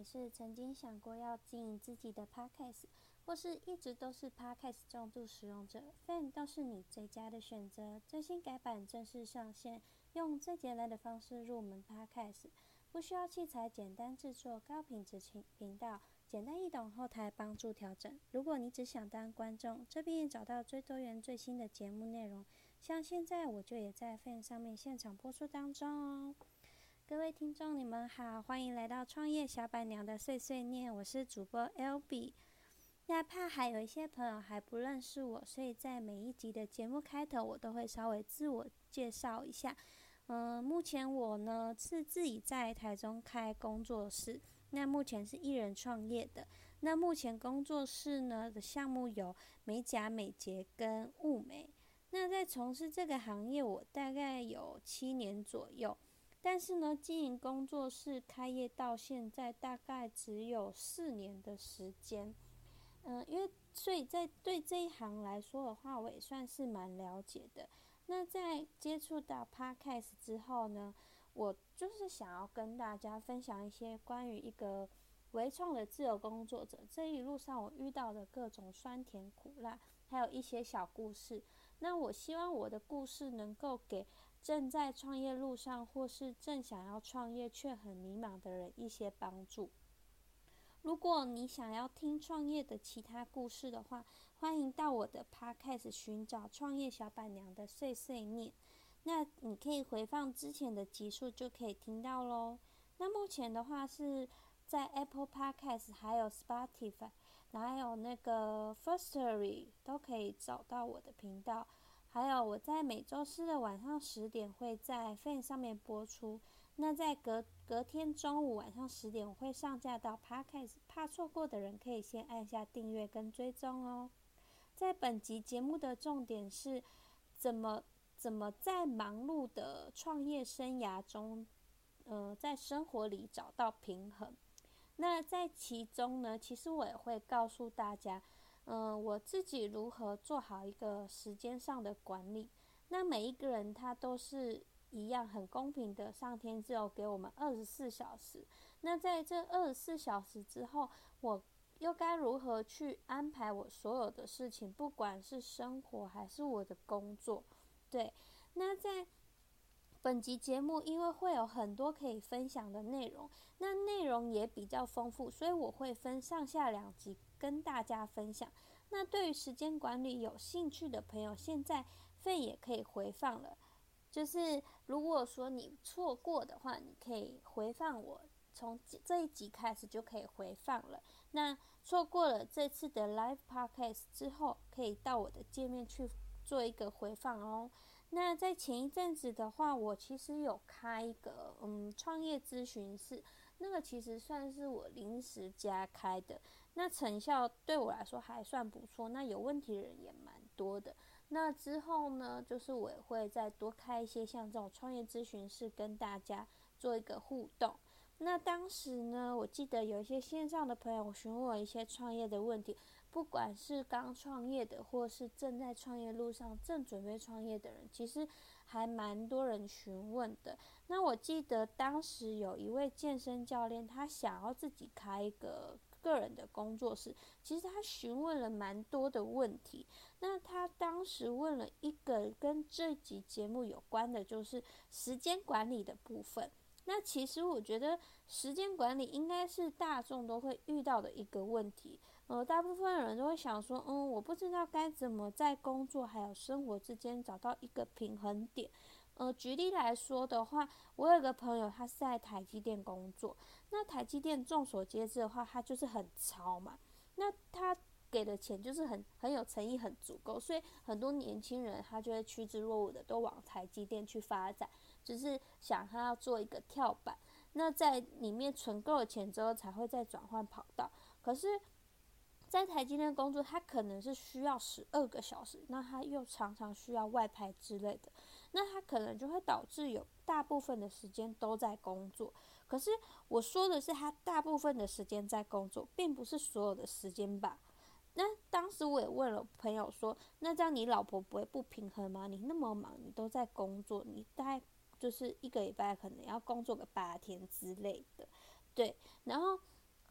是曾经想过要经营自己的 podcast， 或是一直都是 podcast 重度使用者，Fan 都是你最佳的选择。最新改版正式上线，用最简单的方式入门 podcast， 不需要器材，简单制作高品质频道，简单易懂，后台帮助调整。如果你只想当观众，这边也找到最多元最新的节目内容，像现在我就也在 Fan 上面现场播出当中哦。各位听众你们好，欢迎来到创业小板娘的碎碎念，我是主播 LB。 那怕还有一些朋友还不认识我，所以在每一集的节目开头我都会稍微自我介绍一下。目前我呢是自己在台中开工作室，那目前是一人创业的。那目前工作室呢的项目有美甲、美睫跟雾眉。那在从事这个行业我大概有7年左右，但是呢经营工作室开业到现在大概只有4年的时间。所以在对这一行来说的话，我也算是蛮了解的。那在接触到 Podcast 之后呢，我就是想要跟大家分享一些关于一个微创的自由工作者这一路上我遇到的各种酸甜苦辣，还有一些小故事。那我希望我的故事能够给正在创业路上或是正想要创业却很迷茫的人一些帮助。如果你想要听创业的其他故事的话，欢迎到我的 podcast 寻找创业小板娘的碎碎念。那你可以回放之前的集数就可以听到咯。那目前的话是在 Apple Podcast 还有 Spotify 还有那个 Firstory 都可以找到我的频道。还有我在每周四的晚上10点会在 Fan 上面播出。那在隔天中午晚上10点我会上架到 Podcast， 怕错过的人可以先按下订阅跟追踪哦。在本集节目的重点是怎么在忙碌的创业生涯中，在生活里找到平衡。那在其中呢，其实我也会告诉大家，我自己如何做好一个时间上的管理。那每一个人他都是一样很公平的，上天只有给我们24小时。那在这24小时之后，我又该如何去安排我所有的事情，不管是生活还是我的工作。对，那在本集节目因为会有很多可以分享的内容，那内容也比较丰富，所以我会分上下2集跟大家分享。那对于时间管理有兴趣的朋友，现在Fan也可以回放了，就是如果说你错过的话，你可以回放，我从这一集开始就可以回放了。那错过了这次的 Live Podcast 之后，可以到我的界面去做一个回放哦。那在前一阵子的话，我其实有开一个创业咨询室，那个其实算是我临时加开的，那成效对我来说还算不错，那有问题的人也蛮多的。那之后呢，就是我也会再多开一些像这种创业咨询室，跟大家做一个互动。那当时呢，我记得有一些线上的朋友询问我一些创业的问题，不管是刚创业的，或是正在创业路上正准备创业的人，其实还蛮多人询问的。那我记得当时有一位健身教练，他想要自己开一个个人的工作室，其实他询问了蛮多的问题。那他当时问了一个跟这集节目有关的，就是时间管理的部分。那其实我觉得时间管理应该是大众都会遇到的一个问题。大部分人都会想说，我不知道该怎么在工作还有生活之间找到一个平衡点。举例来说的话，我有一个朋友，他是在台积电工作。那台积电众所皆知的话，他就是很超嘛。那他给的钱就是很有诚意，很足够，所以很多年轻人他就会趋之若鹜的都往台积电去发展，就是想他要做一个跳板。那在里面存够了钱之后，才会再转换跑道。可是在台积电工作，他可能是需要12个小时，那他又常常需要外派之类的，那他可能就会导致有大部分的时间都在工作。可是我说的是他大部分的时间在工作，并不是所有的时间吧。那当时我也问了朋友说，那这样你老婆不会不平衡吗？你那么忙，你都在工作，你大概就是1个礼拜可能要工作个8天之类的。对，然后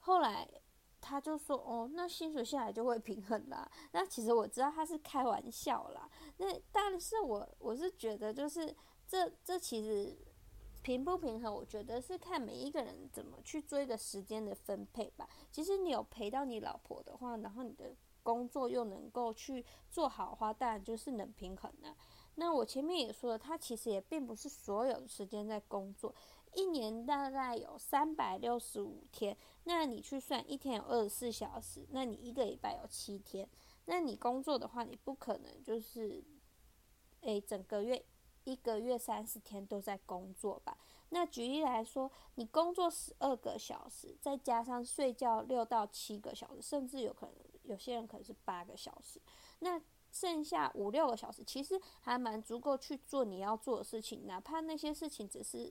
后来他就说哦，那薪水下来就会平衡啦。那其实我知道他是开玩笑啦，那但是我是觉得就是这其实平不平衡，我觉得是看每一个人怎么去做一个时间的分配吧。其实你有陪到你老婆的话，然后你的工作又能够去做好的话，当然就是能平衡啊。那我前面也说了，他其实也并不是所有的时间在工作，一年大概有365天，那你去算一天有24小时，那你一个礼拜有7天，那你工作的话，你不可能就是整个月一个月30天都在工作吧？那举例来说，你工作12个小时，再加上睡觉6到7个小时，甚至有可能有些人可能是8个小时，那剩下5、6个小时，其实还蛮足够去做你要做的事情，哪怕那些事情只是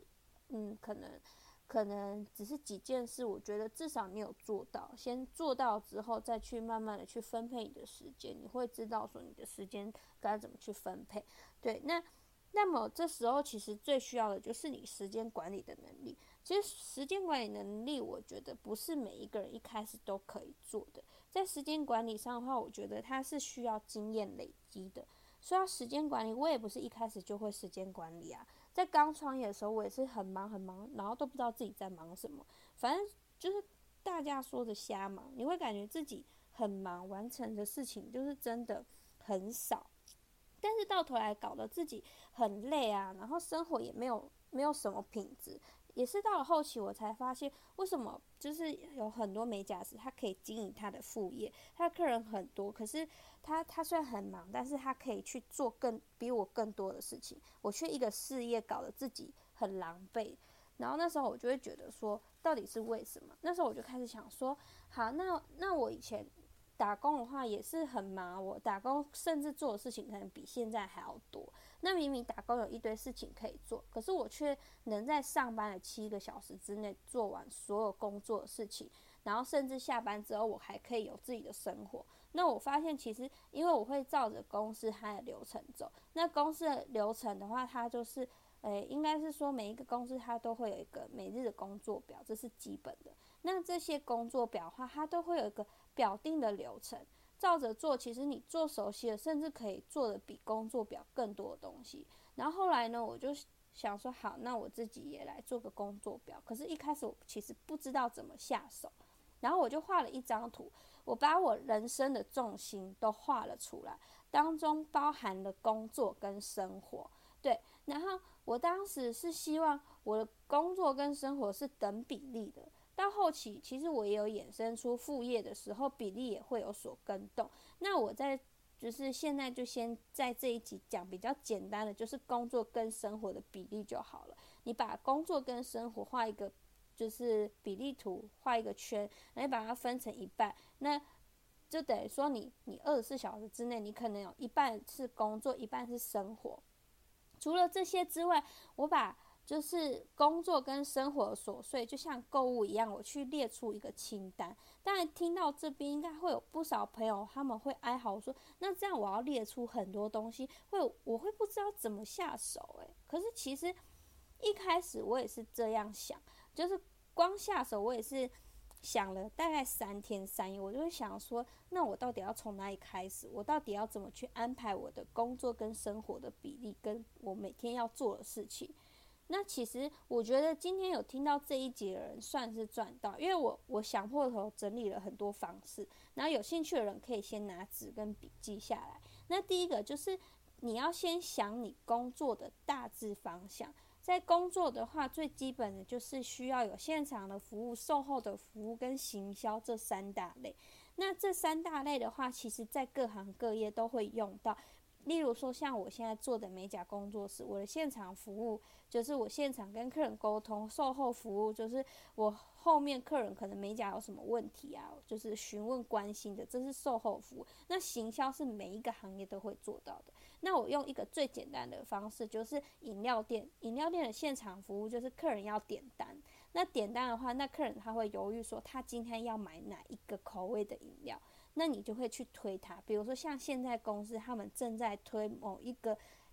可能只是几件事，我觉得至少你有做到，先做到之后再去慢慢的去分配你的时间，你会知道说你的时间该怎么去分配。对，那么这时候其实最需要的就是你时间管理的能力。其实时间管理能力，我觉得不是每一个人一开始都可以做的。在时间管理上的话，我觉得它是需要经验累积的。说到时间管理，我也不是一开始就会时间管理啊。在刚创业的时候，我也是很忙很忙，然后都不知道自己在忙什么，反正就是大家说的瞎忙。你会感觉自己很忙，完成的事情就是真的很少，但是到头来搞得自己很累啊，然后生活也没有什么品质。也是到了后期我才发现，为什么就是有很多美甲师他可以经营他的副业，他的客人很多，可是他虽然很忙，但是他可以去做比我更多的事情，我却一个事业搞得自己很狼狈。然后那时候我就会觉得说，到底是为什么？那时候我就开始想说，好，那我以前打工的话也是很忙，我打工甚至做的事情可能比现在还要多。那明明打工有一堆事情可以做，可是我却能在上班的7个小时之内做完所有工作的事情，然后甚至下班之后我还可以有自己的生活。那我发现其实因为我会照着公司它的流程走，那公司的流程的话，它就是应该是说每一个公司它都会有一个每日的工作表，这是基本的。那这些工作表的话，它都会有一个表定的流程，照着做，其实你做熟悉了，甚至可以做的比工作表更多的东西。然后后来呢，我就想说，好，那我自己也来做个工作表。可是，一开始我其实不知道怎么下手，然后我就画了一张图，我把我人生的重心都画了出来，当中包含了工作跟生活。对，然后我当时是希望我的工作跟生活是等比例的。到后期，其实我也有衍生出副业的时候，比例也会有所更动。那我就是现在就先在这一集讲比较简单的，就是工作跟生活的比例就好了。你把工作跟生活画一个就是比例图，画一个圈，然后把它分成一半，那就等于说你24小时之内，你可能有一半是工作，一半是生活。除了这些之外，我把就是工作跟生活的琐碎，就像购物一样，我去列出一个清单。当然，听到这边应该会有不少朋友他们会哀嚎说：“那这样我要列出很多东西，我会不知道怎么下手。”可是其实一开始我也是这样想，就是光下手我也是想了大概3天3夜，我就会想说，那我到底要从哪里开始？我到底要怎么去安排我的工作跟生活的比例，跟我每天要做的事情？那其实我觉得今天有听到这一集的人算是赚到，因为我想破头整理了很多方式，然后有兴趣的人可以先拿纸跟笔记下来。那第一个就是你要先想你工作的大致方向。在工作的话，最基本的就是需要有现场的服务、售后的服务跟行销这3大类。那这3大类的话，其实在各行各业都会用到。例如说，像我现在做的美甲工作室，我的现场服务就是我现场跟客人沟通，售后服务就是我后面客人可能美甲有什么问题啊，就是询问关心的，这是售后服务。那行销是每一个行业都会做到的。那我用一个最简单的方式，就是饮料店的现场服务，就是客人要点单。那点单的话，那客人他会犹豫说他今天要买哪一个口味的饮料，那你就会去推他。比如说像现在公司他们正在推某一个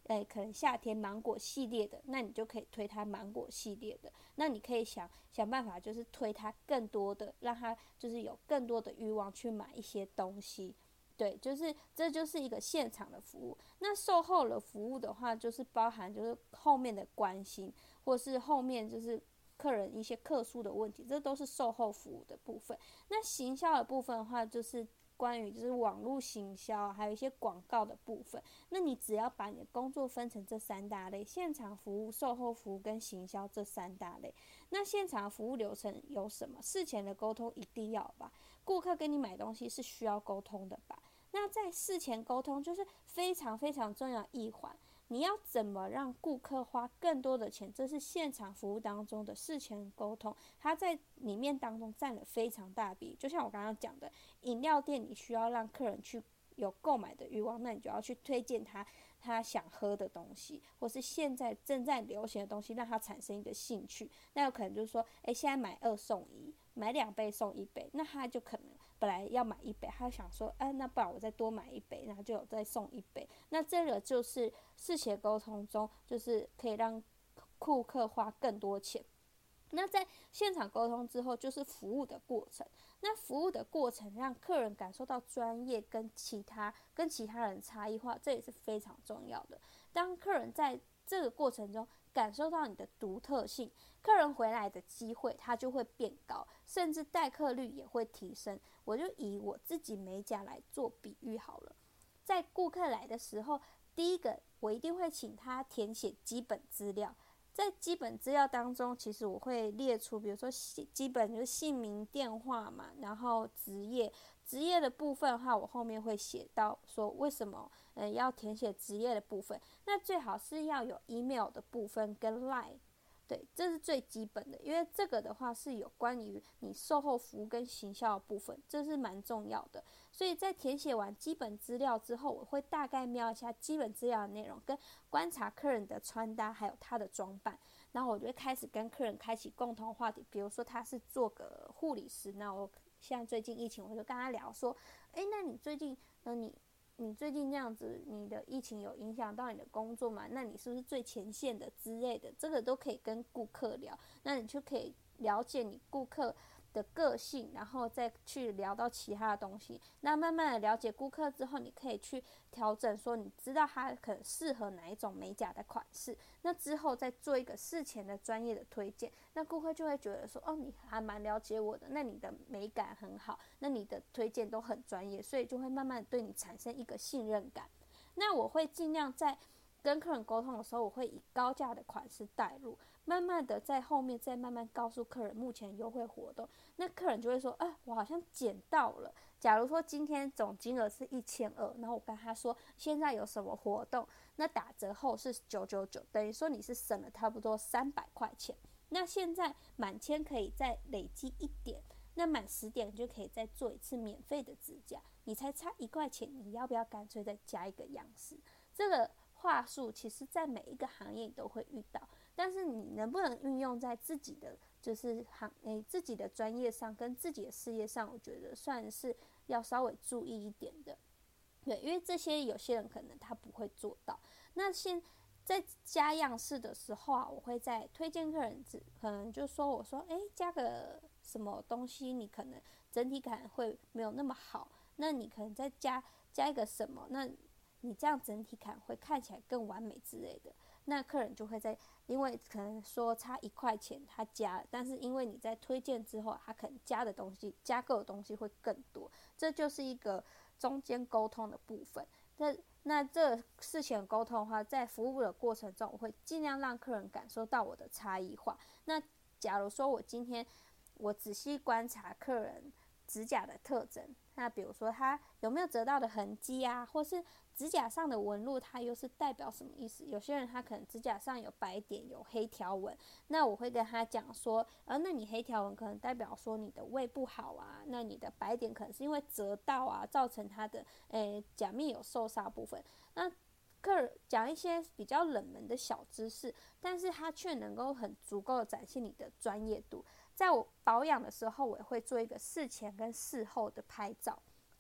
可能夏天芒果系列的，那你就可以推他芒果系列的。那你可以想办法，就是推他更多的，让他就是有更多的欲望去买一些东西。对，这就是一个现场的服务。那售后的服务的话，就是包含就是后面的关心，或是后面就是客人一些客诉的问题，这都是售后服务的部分。那行销的部分的话，就是关于就是网络行销，还有一些广告的部分。那你只要把你的工作分成这三大类：现场服务、售后服务跟行销这三大类。那现场服务流程有什么？事前的沟通一定要吧，顾客跟你买东西是需要沟通的吧。那在事前沟通就是非常非常重要的一环。你要怎么让顾客花更多的钱？这是现场服务当中的事前沟通，它在里面当中占了非常大比例。就像我刚刚讲的，饮料店你需要让客人去有购买的欲望，那你就要去推荐他想喝的东西，或是现在正在流行的东西，让他产生一个兴趣。那有可能就是说，现在买2送1，买2杯送1杯，那他就可能本来要买1杯，他想说，那不然我再多买1杯，然后就有再送1杯。那这个就是事前沟通中，就是可以让顾客花更多钱。那在现场沟通之后，就是服务的过程。那服务的过程让客人感受到专业跟其他人差异化，这也是非常重要的。当客人在这个过程中感受到你的独特性，客人回来的机会它就会变高，甚至待客率也会提升。我就以我自己美甲来做比喻好了。在顾客来的时候，第一个我一定会请他填写基本资料。在基本资料当中，其实我会列出，比如说基本就是姓名、电话嘛，然后职业的部分的话，我后面会写到说为什么要填写职业的部分。那最好是要有 email 的部分跟 line。对，这是最基本的，因为这个的话是有关于你售后服务跟行销的部分，这是蛮重要的。所以在填写完基本资料之后，我会大概瞄一下基本资料的内容，跟观察客人的穿搭还有他的装扮，然后我就会开始跟客人开启共同话题。比如说他是做个护理师，那我像最近疫情，我就跟他聊说，那你最近你最近这样子，你的疫情有影响到你的工作吗？那你是不是最前线的之类的？这个都可以跟顾客聊，那你就可以了解你顾客的个性，然后再去聊到其他的东西。那慢慢的了解顾客之后，你可以去调整说，你知道他可能适合哪一种美甲的款式，那之后再做一个事前的专业的推荐，那顾客就会觉得说，你还蛮了解我的，那你的美感很好，那你的推荐都很专业，所以就会慢慢对你产生一个信任感。那我会尽量在跟客人沟通的时候，我会以高价的款式带入，慢慢的在后面再慢慢告诉客人目前优惠活动，那客人就会说，我好像捡到了。假如说今天总金额是1200，然后我跟他说现在有什么活动，那打折后是999，等于说你是省了差不多300块钱。那现在满千可以再累积1点，那满10点你就可以再做一次免费的指甲，你才差1块钱，你要不要干脆再加一个样式？这个话术其实在每一个行业你都会遇到，但是你能不能运用在自己的就是自己的专业上跟自己的事业上，我觉得算是要稍微注意一点的。对，因为这些有些人可能他不会做到。那在加样式的时候啊，我会在推荐客人可能就说我说加个什么东西，你可能整体感会没有那么好，那你可能再加一个什么，那你这样整体感会看起来更完美之类的。那客人就会因为可能说差1块钱他加了，但是因为你在推荐之后，他可能加购的东西会更多，这就是一个中间沟通的部分。那这事前沟通的话，在服务的过程中，我会尽量让客人感受到我的差异化。那假如说今天我仔细观察客人指甲的特征，那比如说他有没有折到的痕迹啊，或是指甲上的纹路，它又是代表什么意思？有些人他可能指甲上有白点，有黑条纹，那我会跟他讲说，那你黑条纹可能代表说你的胃不好啊，那你的白点可能是因为折到啊，造成他的甲面有受伤部分。那客人讲一些比较冷门的小知识，但是他却能够很足够的展现你的专业度。在我保养的时候，我也会做一个事前跟事后的拍照，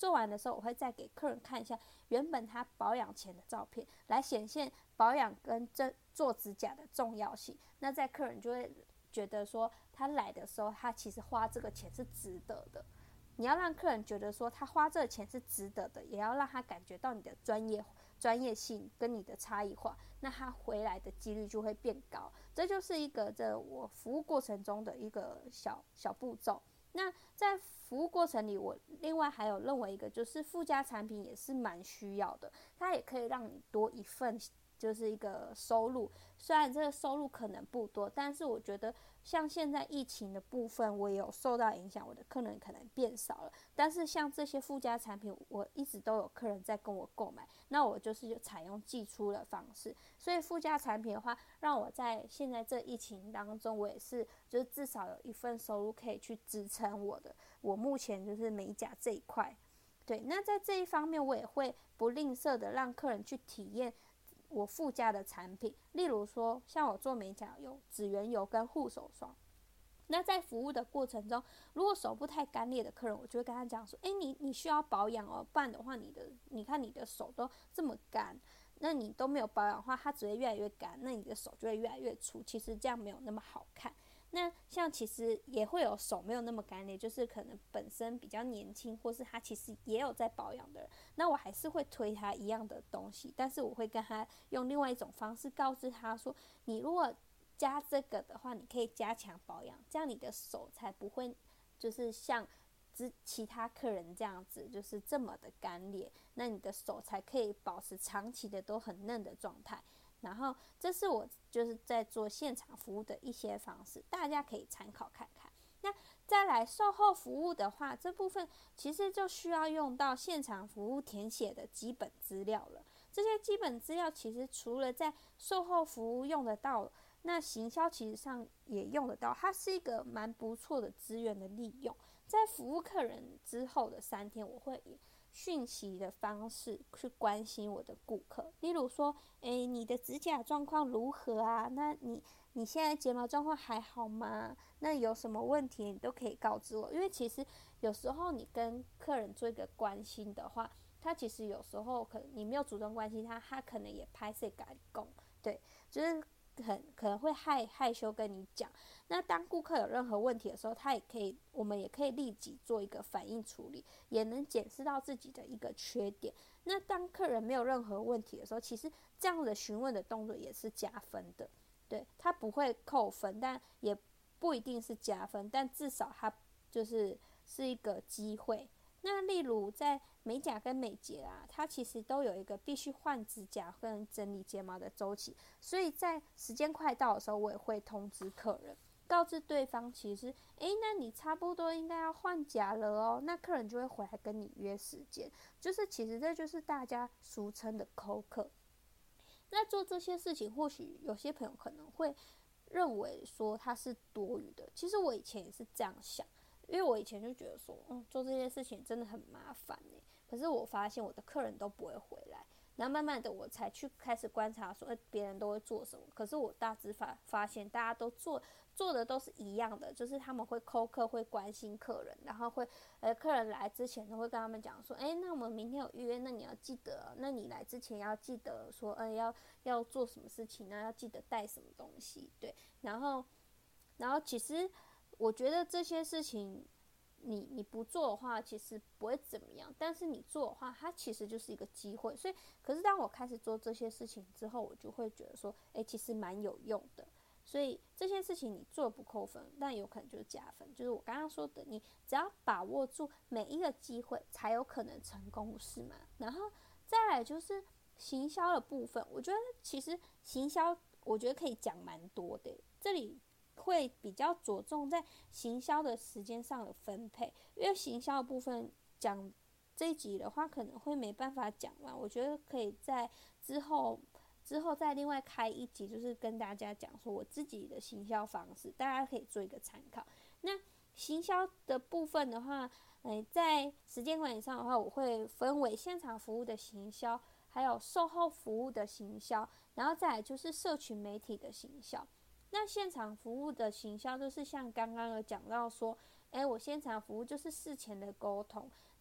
做完的时候，我会再给客人看一下原本他保养前的照片，来显现保养跟做指甲的重要性。那在客人就会觉得说，他来的时候，他其实花这个钱是值得的。你要让客人觉得说，他花这个钱是值得的，也要让他感觉到你的专业性跟你的差异化，那他回来的几率就会变高。这就是一个我服务过程中的一个小步骤。那在服务过程里，我另外还有认为一个就是附加产品也是蛮需要的，它也可以让你多一份就是一个收入。虽然这个收入可能不多，但是我觉得像现在疫情的部分，我也有受到影响，我的客人可能变少了。但是像这些附加产品，我一直都有客人在跟我购买，那我就是采用寄出的方式。所以附加产品的话，让我在现在这疫情当中，我也是就是至少有一份收入可以去支撑我目前就是美甲这一块。对，那在这一方面，我也会不吝啬的让客人去体验我附加的产品，例如说像我做美甲有指缘油跟护手霜。那在服务的过程中，如果手部太干裂的客人，我就会跟他讲说，你需要保养哦，不然的话你看你的手都这么干，那你都没有保养的话，它只会越来越干，那你的手就会越来越粗，其实这样没有那么好看。那像其实也会有手没有那么干裂，就是可能本身比较年轻，或是他其实也有在保养的人，那我还是会推他一样的东西，但是我会跟他用另外一种方式告知他说，你如果加这个的话，你可以加强保养，这样你的手才不会就是像其他客人这样子就是这么的干裂，那你的手才可以保持长期的都很嫩的状态。然后这是我就是在做现场服务的一些方式，大家可以参考看看。那再来售后服务的话，这部分其实就需要用到现场服务填写的基本资料了。这些基本资料其实除了在售后服务用得到，那行销其实上也用得到，它是一个蛮不错的资源的利用。在服务客人之后的3天，我会以讯息的方式去关心我的顾客，例如说，你的指甲状况如何啊？那你现在睫毛状况还好吗？那有什么问题你都可以告知我，因为其实有时候你跟客人做一个关心的话，他其实有时候可能你没有主动关心他，他可能也拍摄改讲，对，就是可能会害羞跟你讲。那当顾客有任何问题的时候，我们也可以立即做一个反应处理，也能检视到自己的一个缺点。那当客人没有任何问题的时候，其实这样的询问的动作也是加分的。对，他不会扣分，但也不一定是加分，但至少它是一个机会。那例如在美甲跟美睫啊，它其实都有一个必须换指甲跟整理睫毛的周期，所以在时间快到的时候，我也会通知客人，告知对方其实，那你差不多应该要换甲了哦，那客人就会回来跟你约时间，就是其实这就是大家俗称的扣客。那做这些事情，或许有些朋友可能会认为说它是多余的，其实我以前也是这样想，因为我以前就觉得说，做这些事情真的很麻烦耶。可是我发现我的客人都不会回来，然后慢慢的我才去开始观察说，别人都会做什么。可是我大致发现大家都做的都是一样的，就是他们会扣客，会关心客人，然后会客人来之前都会跟他们讲说，那我们明天有预约，那你要记得，那你来之前要记得说，要做什么事情呢？要记得带什么东西，对，然后其实我觉得这些事情你不做的话，其实不会怎么样，但是你做的话，它其实就是一个机会。所以，可是当我开始做这些事情之后，我就会觉得说，其实蛮有用的。所以这些事情你做不扣分，但有可能就是加分。就是我刚刚说的，你只要把握住每一个机会，才有可能成功，是吗？然后再来就是行销的部分，我觉得其实行销，我觉得可以讲蛮多的。这里会比较着重在行销的时间上的分配，因为行销的部分讲这一集的话可能会没办法讲完，我觉得可以在之后再另外开一集，就是跟大家讲说我自己的行销方式，大家可以做一个参考。那行销的部分的话，在时间管理上的话，我会分为现场服务的行销，还有售后服务的行销，然后再来就是社群媒体的行销。那现场服务的行销就是像刚刚有讲到说，我现场服务就是事前的沟通。那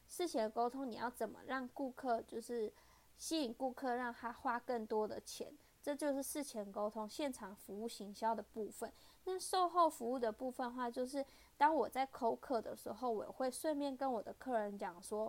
事前的沟通，你要怎么让顾客就是吸引顾客，让他花更多的钱，这就是事前沟通现场服务行销的部分。那售后服务的部分的话，就是当我在扣客的时候，我会顺便跟我的客人讲说，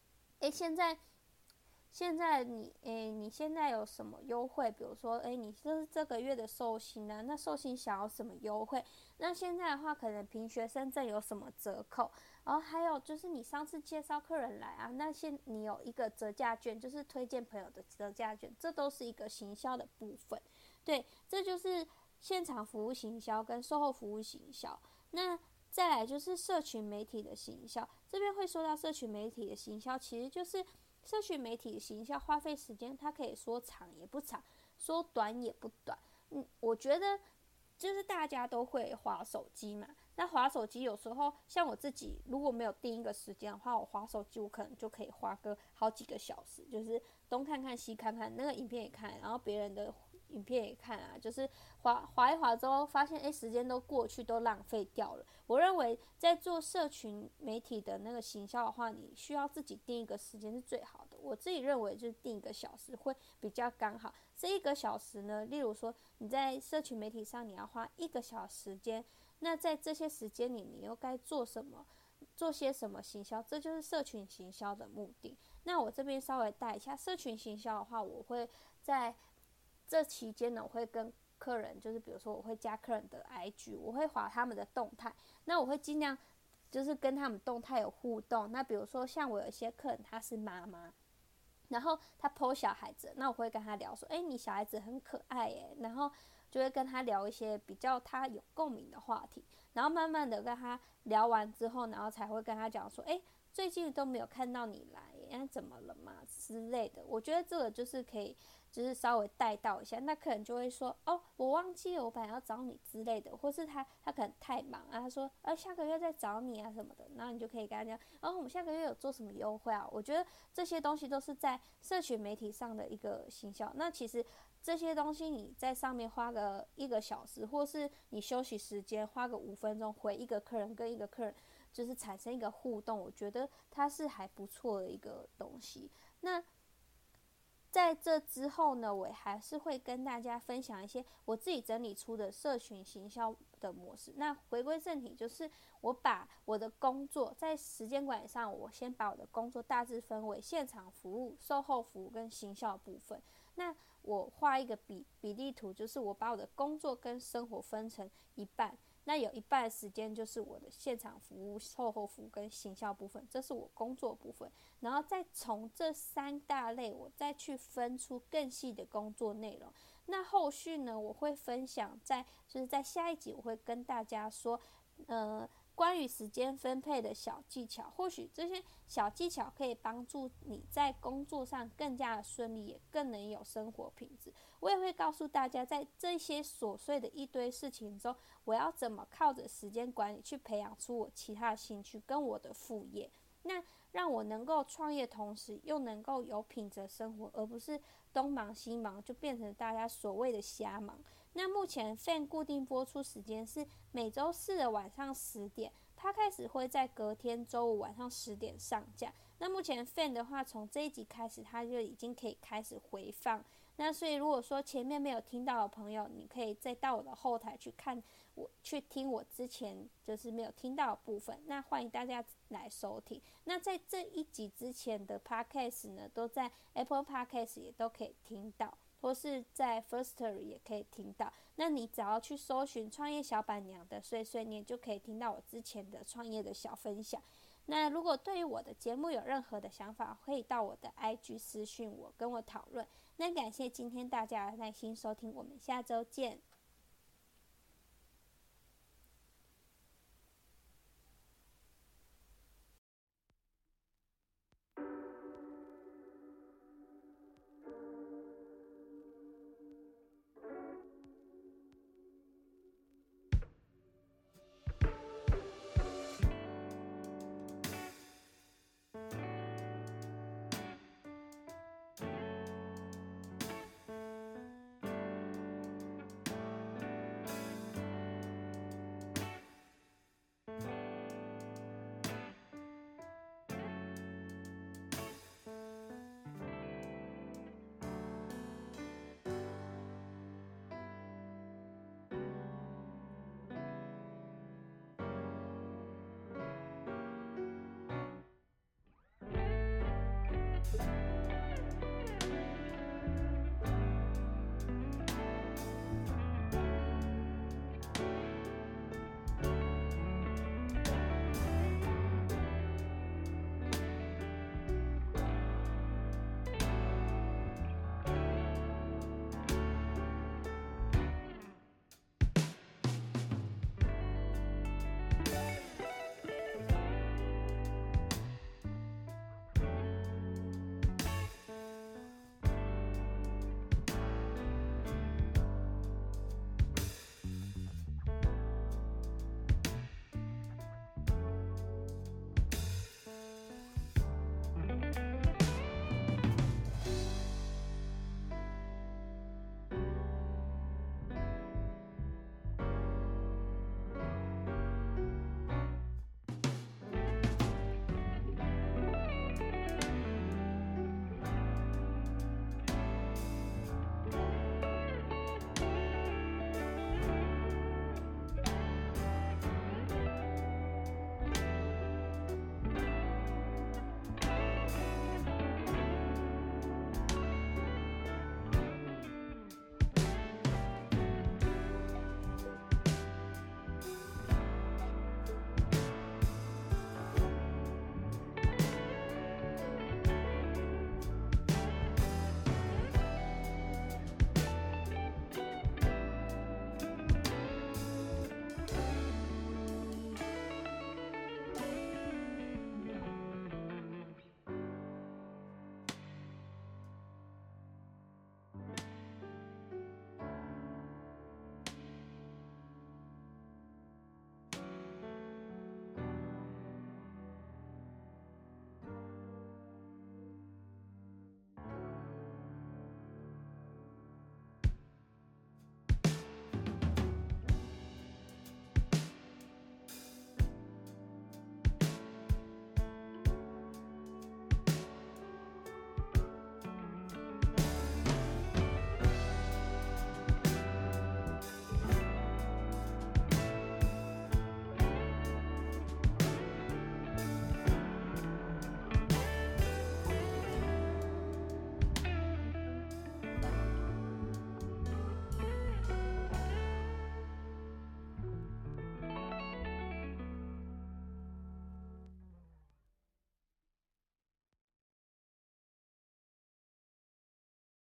现在你现在有什么优惠？比如说你这个月的寿星啊，那寿星想要什么优惠？那现在的话，可能凭学生证有什么折扣？然后还有就是你上次介绍客人来啊，那你有一个折价券，就是推荐朋友的折价券，这都是一个行销的部分。对，这就是现场服务行销跟售后服务行销。那再来就是社群媒体的行销，这边会说到社群媒体的行销，其实就是社群媒体的行销花费时间，它可以说长也不长，说短也不短。我觉得就是大家都会滑手机嘛，那滑手机有时候像我自己如果没有定一个时间的话，我滑手机我可能就可以滑个好几个小时，就是东看看西看看，那个影片也看，然后别人的影片也看啊，就是滑一滑之后发现时间都过去，都浪费掉了。我认为在做社群媒体的那个行销的话，你需要自己定一个时间是最好的。我自己认为就是定1个小时会比较刚好。这1个小时呢，例如说你在社群媒体上你要花1个小时时间，那在这些时间里你又该做什么？做些什么行销？这就是社群行销的目的。那我这边稍微带一下社群行销的话，我会在这期间呢，我会跟客人，就是比如说我会加客人的 IG， 我会滑他们的动态，那我会尽量就是跟他们动态有互动。那比如说像我有一些客人他是妈妈，然后他 po 小孩子，那我会跟他聊说，你小孩子很可爱耶，然后就会跟他聊一些比较他有共鸣的话题，然后慢慢的跟他聊完之后，然后才会跟他讲说，最近都没有看到你来，怎么了嘛之类的。我觉得这个就是可以，就是稍微带到一下，那客人就会说，我忘记了，我本来要找你之类的，或是他可能太忙啊，他说，下个月再找你啊什么的，然后你就可以跟他讲，我们下个月有做什么优惠啊？我觉得这些东西都是在社群媒体上的一个行销。那其实这些东西你在上面花个1个小时，或是你休息时间花个5分钟回一个客人，跟一个客人就是产生一个互动，我觉得它是还不错的一个东西。那在这之后呢，我还是会跟大家分享一些我自己整理出的社群行销的模式。那回归正题，就是我把我的工作在时间管理上，我先把我的工作大致分为现场服务、售后服务跟行销的部分。那我画一个比例图，就是我把我的工作跟生活分成一半，那有一半的时间就是我的现场服务、售后服务跟行销部分，这是我工作部分。然后再从这3大类，我再去分出更细的工作内容。那后续呢，我会分享就是在下一集，我会跟大家说，关于时间分配的小技巧，或许这些小技巧可以帮助你在工作上更加的顺利，也更能有生活品质。我也会告诉大家，在这些琐碎的一堆事情中，我要怎么靠着时间管理去培养出我其他的兴趣跟我的副业，那让我能够创业，同时又能够有品质生活，而不是东忙西忙就变成大家所谓的瞎忙。那目前 FAN 固定播出时间是每周4的晚上10点，它开始会在隔天周五晚上10点上架。那目前 FAN 的话，从这一集开始，它就已经可以开始回放。那所以如果说前面没有听到的朋友，你可以再到我的后台去听我之前就是没有听到的部分。那欢迎大家来收听。那在这一集之前的 Podcast 呢，都在 Apple Podcast 也都可以听到，或是在 Firstory 也可以听到。那你只要去搜寻创业小板娘的碎碎念，就可以听到我之前的创业的小分享。那如果对于我的节目有任何的想法，可以到我的 IG 私讯我，跟我讨论。那感谢今天大家的耐心收听，我们下周见。